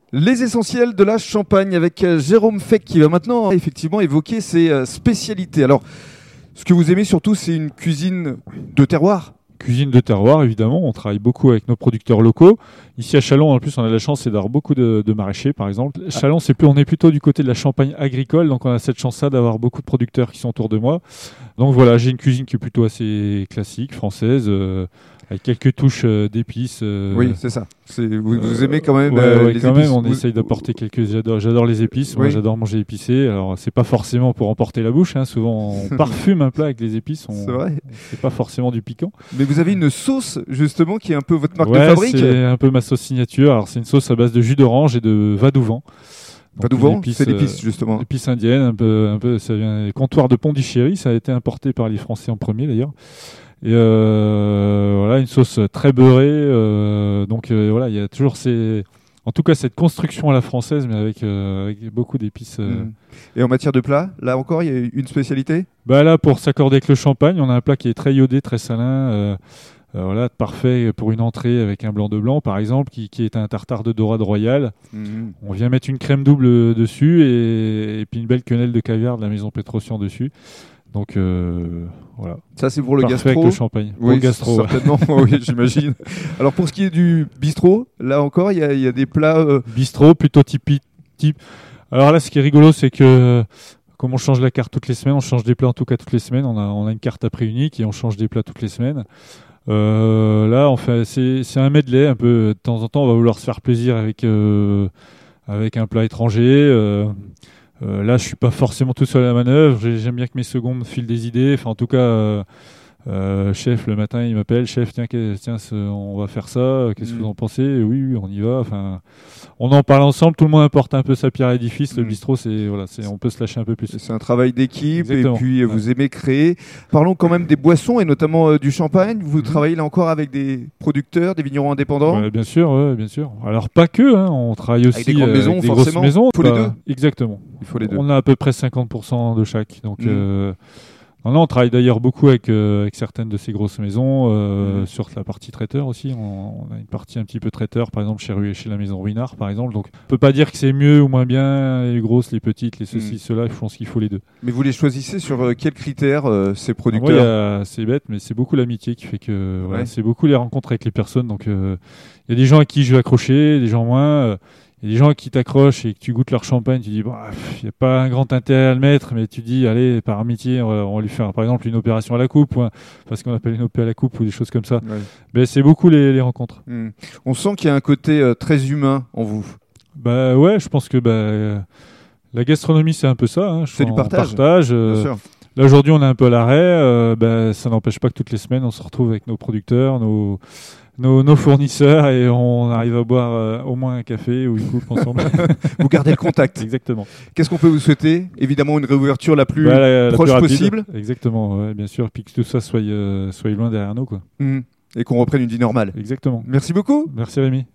Les essentiels de la Champagne avec Jérôme Feck qui va maintenant effectivement évoquer ses spécialités. Alors, ce que vous aimez surtout, c'est une cuisine de terroir. Cuisine de terroir, évidemment. On travaille beaucoup avec nos producteurs locaux. Ici à Châlons, en plus, on a la chance d'avoir beaucoup de maraîchers, par exemple. Châlons, on est plutôt du côté de la Champagne agricole, donc on a cette chance-là d'avoir beaucoup de producteurs qui sont autour de moi. Donc voilà, j'ai une cuisine qui est plutôt assez classique, française, avec quelques touches d'épices. Oui, c'est ça. Vous aimez quand même les épices. On essaye d'apporter quelques. J'adore les épices. Oui. Moi, j'adore manger épicé. Alors, c'est pas forcément pour emporter la bouche. Hein. Souvent, on parfume un plat avec les épices. C'est vrai. C'est pas forcément du piquant. Mais vous avez une sauce justement qui est un peu votre marque de fabrique. C'est un peu ma sauce signature. Alors, c'est une sauce à base de jus d'orange et de Vadouvan. Vadouvan, c'est l'épice justement. Épice indienne, un peu. Ça vient des comptoirs de Pondichéry. Ça a été importé par les Français en premier d'ailleurs. Et voilà, une sauce très beurrée. Donc voilà, il y a toujours en tout cas cette construction à la française, mais avec beaucoup d'épices. Et en matière de plat, là encore, il y a une spécialité ? Bah là, pour s'accorder avec le champagne, on a un plat qui est très iodé, très salin. Voilà, parfait pour une entrée avec un blanc de blanc, par exemple, qui est un tartare de dorade royale. On vient mettre une crème double dessus et puis une belle quenelle de caviar de la maison Pétrosian dessus. Donc voilà. Ça c'est pour le parfait gastro. Avec le champagne. Oui, pour le gastro, certainement. Oui, j'imagine. Alors pour ce qui est du bistrot, là encore, il y a des plats. Bistrot plutôt type. Alors là, ce qui est rigolo, c'est que comme on change la carte toutes les semaines, on change des plats en tout cas toutes les semaines. On a une carte à prix unique et on change des plats toutes les semaines. Là, enfin, c'est un medley un peu. De temps en temps, on va vouloir se faire plaisir avec un plat étranger. Là, je suis pas forcément tout seul à la manœuvre. J'aime bien que mes seconds me filent des idées. Enfin, en tout cas, chef, le matin, il m'appelle. Chef, tiens, on va faire ça. Qu'est-ce que vous en pensez ? Oui, on y va. Enfin, on en parle ensemble. Tout le monde apporte un peu sa pierre à l'édifice. Le bistrot, on peut se lâcher un peu plus. C'est un travail d'équipe. Exactement. Et puis vous aimez créer. Parlons quand même des boissons et notamment du champagne. Vous travaillez là encore avec des producteurs, des vignerons indépendants. Bien sûr, bien sûr. Alors pas que. Hein, on travaille aussi avec des grandes maisons, avec des forcément. grosses maisons. Il faut les deux. Exactement. Il faut les deux. On a à peu près 50% de chaque. Donc on travaille d'ailleurs beaucoup avec certaines de ces grosses maisons sur la partie traiteur aussi. On a une partie un petit peu traiteur, par exemple chez la maison Ruinard, par exemple. Donc on peut pas dire que c'est mieux ou moins bien, les grosses, les petites, les ceci, cela. Je pense qu'il faut les deux. Mais vous les choisissez sur quels critères ces producteurs ? C'est bête, mais c'est beaucoup l'amitié qui fait que c'est beaucoup les rencontres avec les personnes. Donc il y a des gens à qui je vais accrocher, des gens moins. Il y a des gens qui t'accrochent et que tu goûtes leur champagne, tu dis, il n'y a pas un grand intérêt à le mettre, mais tu dis, allez, par amitié, on va lui faire par exemple une opération à la coupe, parce qu'on appelle une opé à la coupe ou des choses comme ça. Ouais. Mais c'est beaucoup les rencontres. On sent qu'il y a un côté très humain en vous. Bah ouais, je pense que la gastronomie, c'est un peu ça. Hein. C'est du partage. Bien sûr. Là, aujourd'hui, on est un peu à l'arrêt. Ça n'empêche pas que toutes les semaines, on se retrouve avec nos producteurs, nos fournisseurs et on arrive à boire au moins un café ou une coupe ensemble. Vous gardez le contact. Exactement. Qu'est-ce qu'on peut vous souhaiter ? Évidemment, une réouverture la plus proche possible. Exactement, bien sûr. Puis que tout ça soit loin derrière nous. Quoi. Et qu'on reprenne une vie normale. Exactement. Merci beaucoup. Merci Rémi.